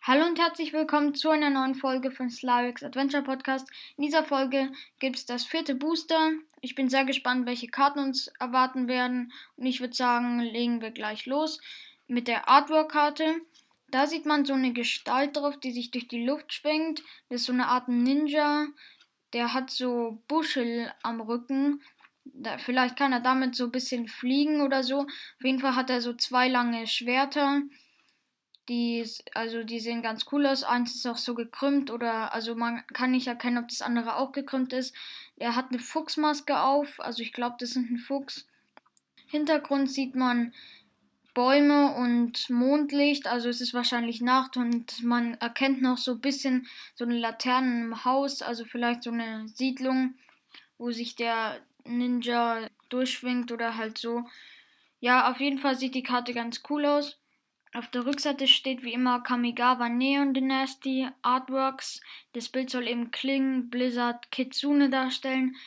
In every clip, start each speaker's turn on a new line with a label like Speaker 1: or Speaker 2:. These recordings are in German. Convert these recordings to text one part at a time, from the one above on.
Speaker 1: Hallo und herzlich willkommen zu einer neuen Folge von Slavix Adventure Podcast. In dieser Folge gibt es das 4. Booster. Ich bin sehr gespannt, welche Karten uns erwarten werden. Und ich würde sagen, legen wir gleich los mit der Artwork-Karte. Da sieht man so eine Gestalt drauf, die sich durch die Luft schwingt. Das ist so eine Art Ninja. Der hat so Buschel am Rücken. Vielleicht kann er damit so ein bisschen fliegen oder so. Auf jeden Fall hat er so 2 lange Schwerter. Die sehen ganz cool aus. Eins ist auch so gekrümmt also man kann nicht erkennen, ob das andere auch gekrümmt ist. Er hat eine Fuchsmaske auf, also ich glaube, das ist ein Fuchs. Hintergrund sieht man Bäume und Mondlicht, also es ist wahrscheinlich Nacht und man erkennt noch so ein bisschen so eine Laterne im Haus, also vielleicht so eine Siedlung, wo sich der Ninja durchschwingt oder halt so. Ja, auf jeden Fall sieht die Karte ganz cool aus. Auf der Rückseite steht wie immer Kamigawa Neon Dynasty Artworks. Das Bild soll eben Kling, Blizzard, Kitsune darstellen.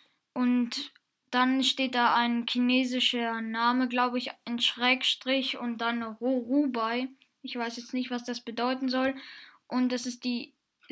Speaker 1: Und dann steht da ein chinesischer Name, glaube ich, in Schrägstrich und dann Roru bei. Ich weiß jetzt nicht, was das bedeuten soll. Und das ist die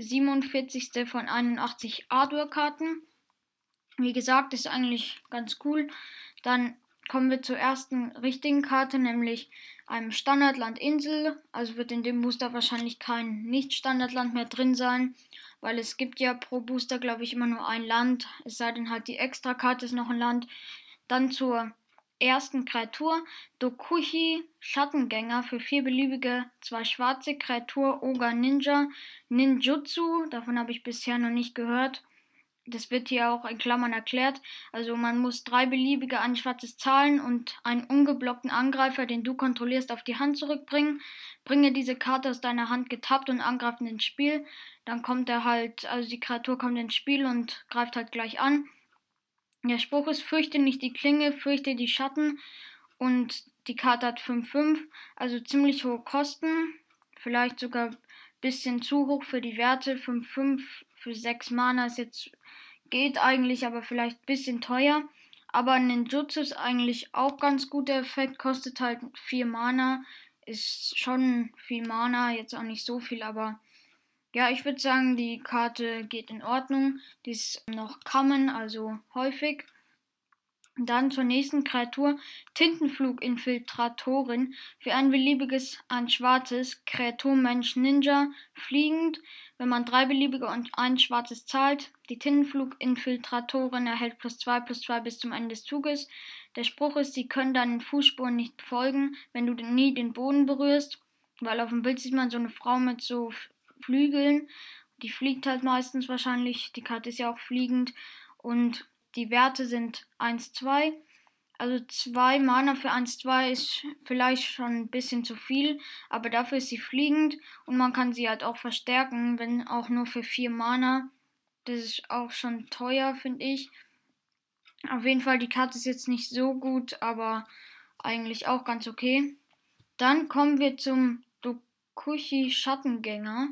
Speaker 1: 47. von 81 Artwork-Karten. Wie gesagt, ist eigentlich ganz cool. Dann kommen wir zur ersten richtigen Karte, nämlich einem Standardland Insel. Also wird in dem Booster wahrscheinlich kein Nicht-Standardland mehr drin sein, weil es gibt ja pro Booster, glaube ich, immer nur ein Land. Es sei denn halt, die Extrakarte ist noch ein Land. Dann zur ersten Kreatur, Dokuchi Schattengänger für 4 beliebige, 2 schwarze Kreatur, Oga Ninja, Ninjutsu, davon habe ich bisher noch nicht gehört. Das wird hier auch in Klammern erklärt. Also man muss 3 beliebige ein schwarzes Zahlen und einen ungeblockten Angreifer, den du kontrollierst, auf die Hand zurückbringen. Bringe diese Karte aus deiner Hand getappt und angreifend ins Spiel. Dann kommt also die Kreatur kommt ins Spiel und greift halt gleich an. Der Spruch ist, fürchte nicht die Klinge, fürchte die Schatten. Und die Karte hat 5/5, also ziemlich hohe Kosten. Vielleicht sogar ein bisschen zu hoch für die Werte. 5/5 für 6 Mana ist jetzt, geht eigentlich, aber vielleicht ein bisschen teuer. Aber Ninjutsu ist eigentlich auch ganz guter Effekt, kostet halt 4 Mana. Ist schon viel Mana, jetzt auch nicht so viel, aber ja, ich würde sagen, die Karte geht in Ordnung. Die ist noch common, also häufig. Dann zur nächsten Kreatur, Tintenflug-Infiltratorin. Für ein beliebiges, ein schwarzes, Kreatur Mensch Ninja, fliegend. Wenn man 3 beliebige und ein schwarzes zahlt, die Tintenflug-Infiltratorin erhält +2/+2 bis zum Ende des Zuges. Der Spruch ist, sie können deinen Fußspuren nicht folgen, wenn du nie den Boden berührst. Weil auf dem Bild sieht man so eine Frau mit so Flügeln. Die fliegt halt meistens wahrscheinlich. Die Karte ist ja auch fliegend. Und die Werte sind 1/2. Also 2 Mana für 1/2 ist vielleicht schon ein bisschen zu viel, aber dafür ist sie fliegend und man kann sie halt auch verstärken, wenn auch nur für 4 Mana. Das ist auch schon teuer, finde ich. Auf jeden Fall, die Karte ist jetzt nicht so gut, aber eigentlich auch ganz okay. Dann kommen wir zum Dokuchi Schattengänger.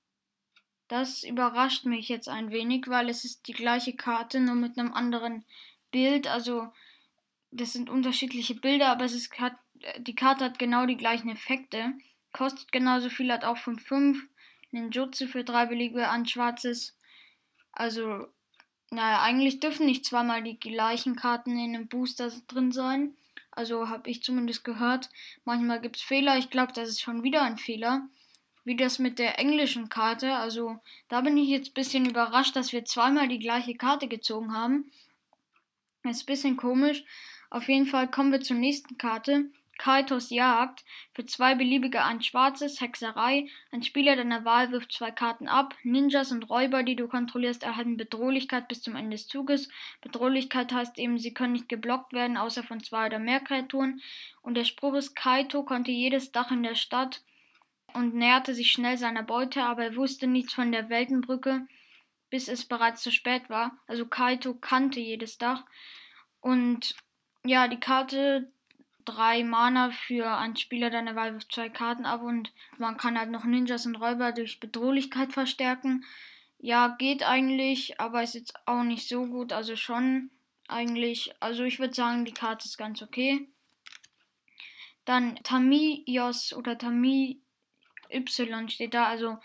Speaker 1: Das überrascht mich jetzt ein wenig, weil es ist die gleiche Karte, nur mit einem anderen Bild. Also das sind unterschiedliche Bilder, aber die Karte hat genau die gleichen Effekte. Kostet genauso viel, hat auch 5/5. Ninjutsu für 3 beliebige, ein schwarzes. Also, naja, eigentlich dürfen nicht zweimal die gleichen Karten in einem Booster drin sein. Also habe ich zumindest gehört. Manchmal gibt es Fehler. Ich glaube, das ist schon wieder ein Fehler. Wie das mit der englischen Karte. Also da bin ich jetzt ein bisschen überrascht, dass wir zweimal die gleiche Karte gezogen haben. Das ist ein bisschen komisch. Auf jeden Fall kommen wir zur nächsten Karte. Kaitos Jagd. Für 2 beliebige ein schwarzes, Hexerei. Ein Spieler deiner Wahl wirft 2 Karten ab. Ninjas und Räuber, die du kontrollierst, erhalten Bedrohlichkeit bis zum Ende des Zuges. Bedrohlichkeit heißt eben, sie können nicht geblockt werden, außer von 2 oder mehr Kreaturen. Und der Spruch ist, Kaito konnte jedes Dach in der Stadt und näherte sich schnell seiner Beute, aber er wusste nichts von der Weltenbrücke, bis es bereits zu spät war. Also Kaito kannte jedes Dach. Und ja, die Karte 3 Mana für einen Spieler deiner Wahl wirft 2 Karten ab und man kann halt noch Ninjas und Räuber durch Bedrohlichkeit verstärken. Ja, geht eigentlich, aber ist jetzt auch nicht so gut, also schon eigentlich, also ich würde sagen, die Karte ist ganz okay. Dann Tamiyos oder Y steht da, also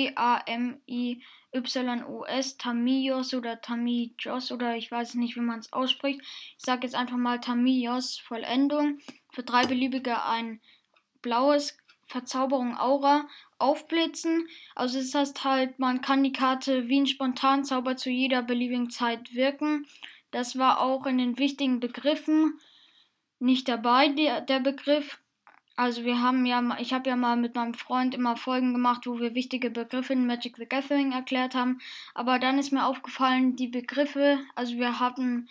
Speaker 1: Tamiyos, Tamiyos oder Tamijos oder ich weiß nicht, wie man es ausspricht. Ich sage jetzt einfach mal Tamiyos, Vollendung. Für 3 beliebige ein blaues Verzauberung Aura aufblitzen. Also das heißt halt, man kann die Karte wie ein Spontanzauber zu jeder beliebigen Zeit wirken. Das war auch in den wichtigen Begriffen nicht dabei, der Begriff. Also ich habe ja mal mit meinem Freund immer Folgen gemacht, wo wir wichtige Begriffe in Magic the Gathering erklärt haben. Aber dann ist mir aufgefallen, die Begriffe, also wir hatten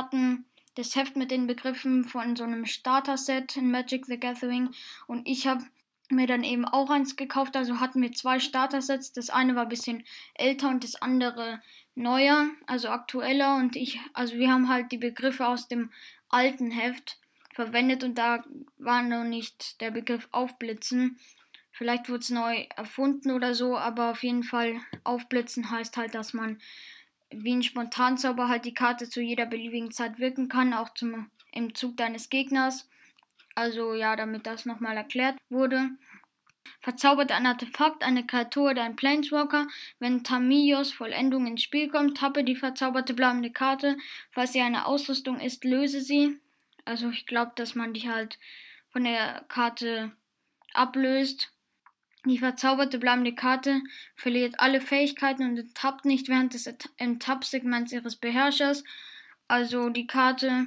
Speaker 1: das Heft mit den Begriffen von so einem Starter-Set in Magic the Gathering und ich habe mir dann eben auch eins gekauft, also hatten wir 2 Starter-Sets. Das eine war ein bisschen älter und das andere neuer, also aktueller und also wir haben halt die Begriffe aus dem alten Heft verwendet und da war noch nicht der Begriff aufblitzen. Vielleicht wurde es neu erfunden oder so, aber auf jeden Fall aufblitzen heißt halt, dass man wie ein Spontanzauber halt die Karte zu jeder beliebigen Zeit wirken kann, auch im Zug deines Gegners. Also ja, damit das nochmal erklärt wurde. Verzaubert ein Artefakt, eine Kreatur oder ein Planeswalker. Wenn Tamiyos Vollendung ins Spiel kommt, tappe die verzauberte bleibende Karte. Falls sie eine Ausrüstung ist, löse sie. Also ich glaube, dass man die halt von der Karte ablöst. Die verzauberte bleibende Karte verliert alle Fähigkeiten und enttappt nicht während des Enttapp-Segments ihres Beherrschers. Also die Karte,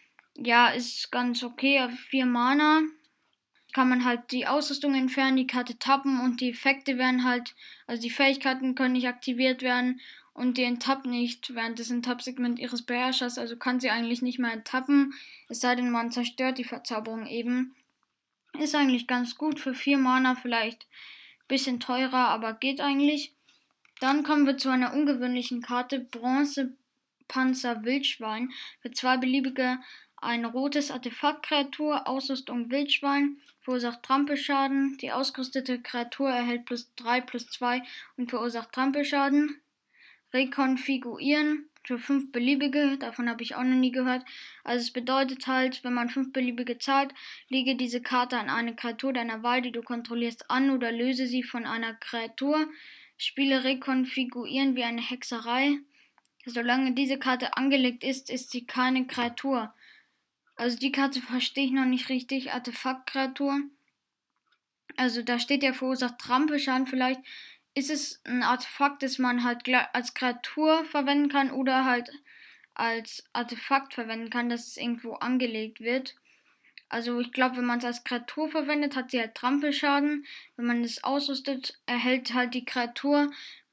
Speaker 1: ja, ist ganz okay auf 4 Mana. Kann man halt die Ausrüstung entfernen, die Karte tappen und die Effekte werden halt, also die Fähigkeiten können nicht aktiviert werden und die enttappt nicht während des Enttapp-Segments ihres Beherrschers, also kann sie eigentlich nicht mehr enttappen, es sei denn, man zerstört die Verzauberung eben. Ist eigentlich ganz gut für 4 Mana, vielleicht ein bisschen teurer, aber geht eigentlich. Dann kommen wir zu einer ungewöhnlichen Karte, Bronzepanzer Wildschwein. Für 2 beliebige ein rotes Artefakt-Kreatur, Ausrüstung Wildschwein, verursacht Trampelschaden. Die ausgerüstete Kreatur erhält +3/+2 und verursacht Trampelschaden. Rekonfigurieren für 5 beliebige, davon habe ich auch noch nie gehört. Also es bedeutet halt, wenn man 5 beliebige zahlt, lege diese Karte an eine Kreatur deiner Wahl, die du kontrollierst, an oder löse sie von einer Kreatur. Spiele Rekonfigurieren wie eine Hexerei. Solange diese Karte angelegt ist, ist sie keine Kreatur. Also die Karte verstehe ich noch nicht richtig. Artefakt-Kreatur. Also da steht ja verursacht Trampelschaden. Vielleicht ist es ein Artefakt, das man halt als Kreatur verwenden kann oder halt als Artefakt verwenden kann, dass es irgendwo angelegt wird. Also ich glaube, wenn man es als Kreatur verwendet, hat sie halt Trampelschaden. Wenn man es ausrüstet, erhält halt die Kreatur,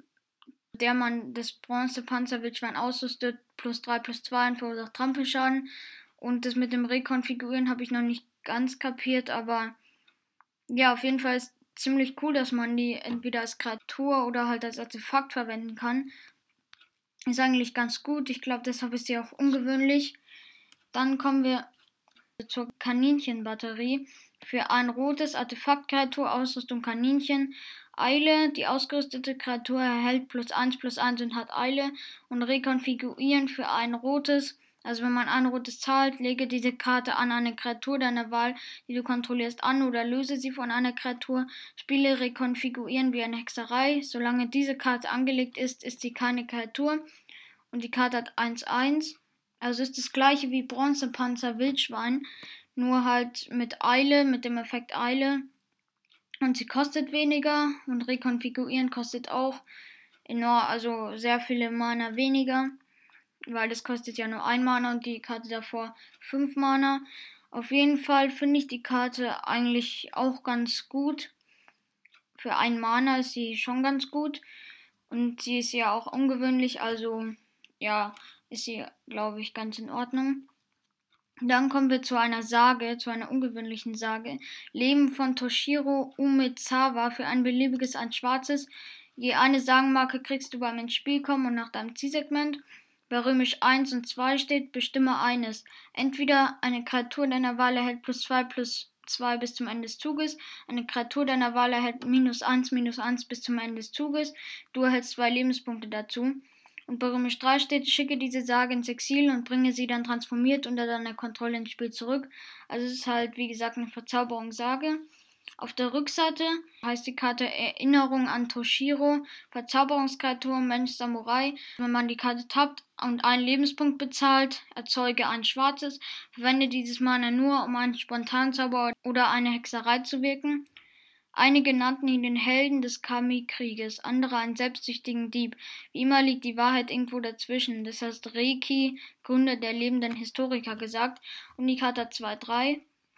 Speaker 1: der man das Bronzepanzer-Wildschwein ausrüstet, +3/+2 und verursacht Trampelschaden. Und das mit dem Rekonfigurieren habe ich noch nicht ganz kapiert, aber ja, auf jeden Fall ist ziemlich cool, dass man die entweder als Kreatur oder halt als Artefakt verwenden kann. Ist eigentlich ganz gut. Ich glaube, deshalb ist sie auch ungewöhnlich. Dann kommen wir zur Kaninchenbatterie. Für ein rotes Artefakt-Kreatur, Ausrüstung Kaninchen, Eile. Die ausgerüstete Kreatur erhält +1/+1 und hat Eile. Und rekonfigurieren für ein rotes. Also wenn man ein rotes zahlt, lege diese Karte an eine Kreatur deiner Wahl, die du kontrollierst, an oder löse sie von einer Kreatur. Spiele Rekonfigurieren wie eine Hexerei. Solange diese Karte angelegt ist, ist sie keine Kreatur. Und die Karte hat 1/1. Also ist das gleiche wie Bronzepanzer Wildschwein, nur halt mit Eile, mit dem Effekt Eile. Und sie kostet weniger und Rekonfigurieren kostet auch enorm, also sehr viele Mana weniger, weil das kostet ja nur 1 Mana und die Karte davor 5 Mana. Auf jeden Fall finde ich die Karte eigentlich auch ganz gut. Für 1 Mana ist sie schon ganz gut und sie ist ja auch ungewöhnlich, also ja, ist sie, glaube ich, ganz in Ordnung. Dann kommen wir zu einer Sage, zu einer ungewöhnlichen Sage. Leben von Toshiro Umezawa für ein beliebiges, ein schwarzes. Je eine Sagenmarke kriegst du beim ins Spiel kommen und nach deinem Zielsegment. Bei römisch 1 und 2 steht, bestimme eines. Entweder eine Kreatur deiner Wahl erhält +2/+2 bis zum Ende des Zuges. Eine Kreatur deiner Wahl erhält -1/-1 bis zum Ende des Zuges. Du erhältst 2 Lebenspunkte dazu. Und bei römisch 3 steht, schicke diese Sage ins Exil und bringe sie dann transformiert unter deiner Kontrolle ins Spiel zurück. Also es ist halt, wie gesagt, eine Verzauberungssage. Auf der Rückseite heißt die Karte Erinnerung an Toshiro, Verzauberungskreatur, Mensch, Samurai. Wenn man die Karte tappt und einen Lebenspunkt bezahlt, erzeuge ein schwarzes. Verwende dieses Mana nur, um einen Spontanzauber oder eine Hexerei zu wirken. Einige nannten ihn den Helden des Kami-Krieges, andere einen selbstsüchtigen Dieb. Wie immer liegt die Wahrheit irgendwo dazwischen. Das heißt Reiki, Gründer der lebenden Historiker, gesagt. Und die Karte hat 2-3.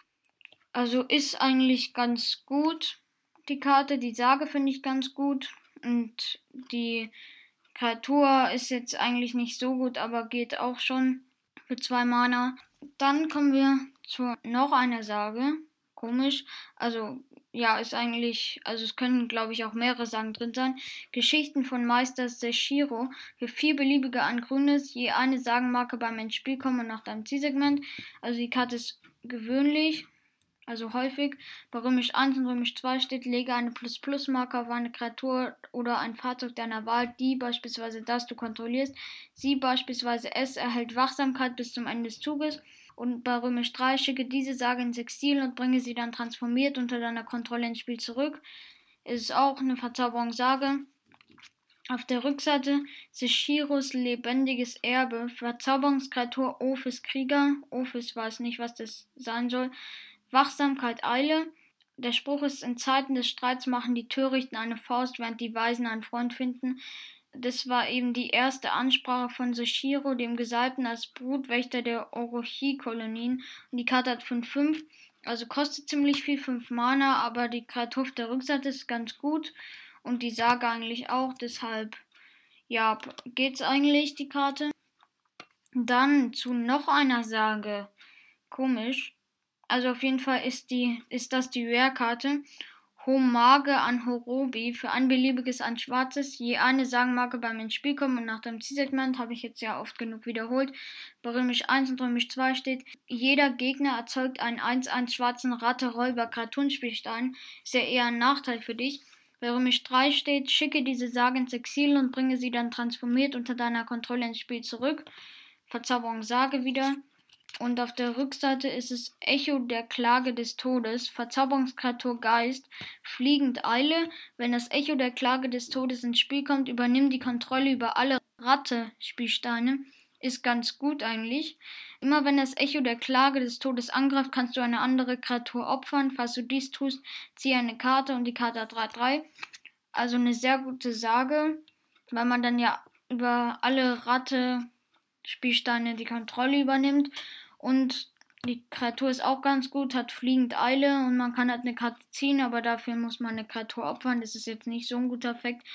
Speaker 1: Also ist eigentlich ganz gut, die Karte. Die Sage finde ich ganz gut. Und die Kreatur ist jetzt eigentlich nicht so gut, aber geht auch schon für 2 Mana. Dann kommen wir zu noch einer Sage. Komisch. Also, ja, ist eigentlich, also es können, glaube ich, auch mehrere Sagen drin sein. Geschichten von Meister Seshiro. Für 4 beliebige an Grünes, je eine Sagenmarke beim Endspiel kommen und nach deinem Zielsegment. Also die Karte ist gewöhnlich, also häufig. Bei Römisch 1 und Römisch 2 steht, lege eine ++-Marke auf eine Kreatur oder ein Fahrzeug deiner Wahl, die beispielsweise das du kontrollierst. Sie beispielsweise S erhält Wachsamkeit bis zum Ende des Zuges. Und bei Römisch 3 schicke diese Sage ins Exil und bringe sie dann transformiert unter deiner Kontrolle ins Spiel zurück. Ist auch eine Verzauberungssage. Auf der Rückseite Seshiros lebendiges Erbe, Verzauberungskreatur Ophis Krieger. Ophis weiß nicht, was das sein soll. Wachsamkeit Eile. Der Spruch ist, in Zeiten des Streits machen die Törichten eine Faust, während die Weisen einen Freund finden. Das war eben die erste Ansprache von Seshiro, dem Gesalbten, als Brutwächter der Orochi-Kolonien. Und die Karte hat 5-5, also kostet ziemlich viel, 5 Mana, aber die Kreatur auf der Rückseite ist ganz gut. Und die Sage eigentlich auch, deshalb, ja, geht's eigentlich, die Karte. Dann zu noch einer Sage. Komisch. Also auf jeden Fall ist das die Rare-Karte. Homage an Horobi für ein beliebiges an Schwarzes, je eine Sagenmarke beim ins Spiel kommen und nach dem Zielsegment, habe ich jetzt ja oft genug wiederholt. Bei Römisch 1 und Römisch 2 steht, jeder Gegner erzeugt einen 1-1 schwarzen Ratte-Räuber-Kreaturenspielstein. Ist ja eher ein Nachteil für dich. Bei Römisch 3 steht, schicke diese Sage ins Exil und bringe sie dann transformiert unter deiner Kontrolle ins Spiel zurück. Verzauberung Sage wieder. Und auf der Rückseite ist es Echo der Klage des Todes, Verzauberungskreatur Geist, fliegend Eile. Wenn das Echo der Klage des Todes ins Spiel kommt, übernimm die Kontrolle über alle Ratte-Spielsteine. Ist ganz gut eigentlich. Immer wenn das Echo der Klage des Todes angreift, kannst du eine andere Kreatur opfern. Falls du dies tust, ziehe eine Karte und die Karte hat 3-3. Also eine sehr gute Sage, weil man dann ja über alle Ratte-Spielsteine die Kontrolle übernimmt. Und die Kreatur ist auch ganz gut, hat fliegend Eile und man kann halt eine Karte ziehen, aber dafür muss man eine Kreatur opfern. Das ist jetzt nicht so ein guter Effekt.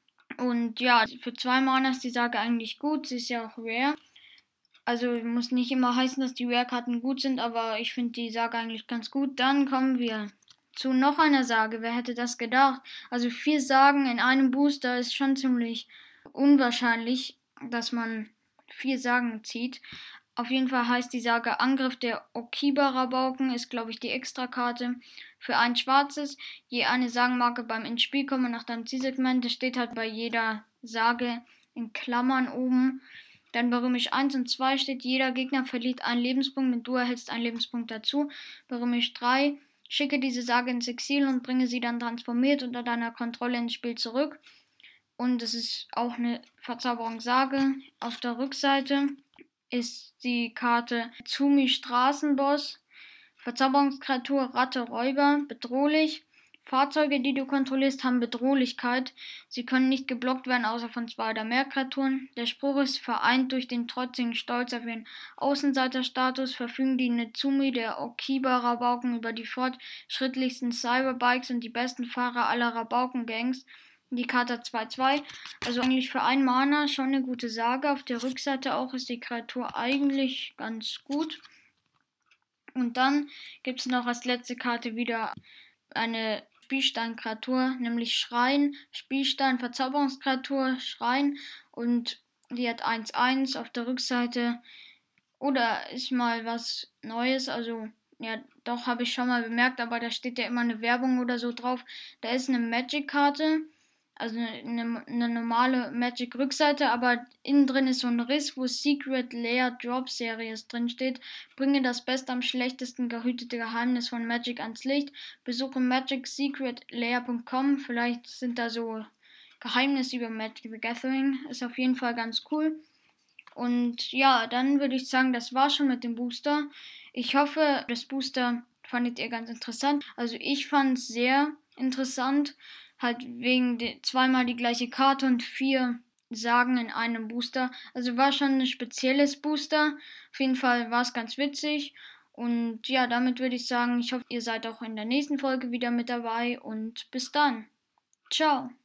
Speaker 1: Und ja, für 2 Mana ist die Sage eigentlich gut. Sie ist ja auch rare. Also muss nicht immer heißen, dass die Rare-Karten gut sind, aber ich finde die Sage eigentlich ganz gut. Dann kommen wir zu noch einer Sage. Wer hätte das gedacht? Also 4 Sagen in einem Booster ist schon ziemlich unwahrscheinlich, dass man 4 Sagen zieht. Auf jeden Fall heißt die Sage Angriff der Okiba-Rabauken, ist glaube ich die Extrakarte. Für ein schwarzes, je eine Sagenmarke beim ins Spiel kommen nach deinem Zielsegment. Das steht halt bei jeder Sage in Klammern oben. Dann bei Römisch 1 und 2 steht, jeder Gegner verliert einen Lebenspunkt und du erhältst einen Lebenspunkt dazu. Bei Römisch 3, schicke diese Sage ins Exil und bringe sie dann transformiert unter deiner Kontrolle ins Spiel zurück. Und es ist auch eine Verzauberungssage. Auf der Rückseite ist die Karte Tsumi Straßenboss. Verzauberungskreatur Ratte Räuber. Bedrohlich. Fahrzeuge, die du kontrollierst, haben Bedrohlichkeit. Sie können nicht geblockt werden, außer von 2 oder mehr Kreaturen. Der Spruch ist, vereint durch den trotzigen Stolz auf ihren Außenseiterstatus, verfügen die Netsumi der Okiba-Rabauken über die fortschrittlichsten Cyberbikes und die besten Fahrer aller Rabauken-Gangs. Die Karte hat 2-2, also eigentlich für 1 Mana schon eine gute Sage. Auf der Rückseite auch ist die Kreatur eigentlich ganz gut. Und dann gibt es noch als letzte Karte wieder eine Spielstein-Kreatur, nämlich Schrein, Spielstein, Verzauberungskreatur, Schrein, und die hat 1-1 auf der Rückseite. Oder ist mal was Neues, also ja, doch, habe ich schon mal bemerkt, aber da steht ja immer eine Werbung oder so drauf. Da ist eine Magic-Karte. Also eine normale Magic-Rückseite, aber innen drin ist so ein Riss, wo Secret Lair Drop Series drin steht. Bringe das beste am schlechtesten gehütete Geheimnis von Magic ans Licht. Besuche magicsecretlair.com. Vielleicht sind da so Geheimnisse über Magic the Gathering. Ist auf jeden Fall ganz cool. Und ja, dann würde ich sagen, das war schon mit dem Booster. Ich hoffe, das Booster fandet ihr ganz interessant. Also ich fand es sehr interessant, halt wegen zweimal die gleiche Karte und 4 Sagen in einem Booster. Also war schon ein spezielles Booster. Auf jeden Fall war es ganz witzig. Und ja, damit würde ich sagen, ich hoffe, ihr seid auch in der nächsten Folge wieder mit dabei und bis dann. Ciao.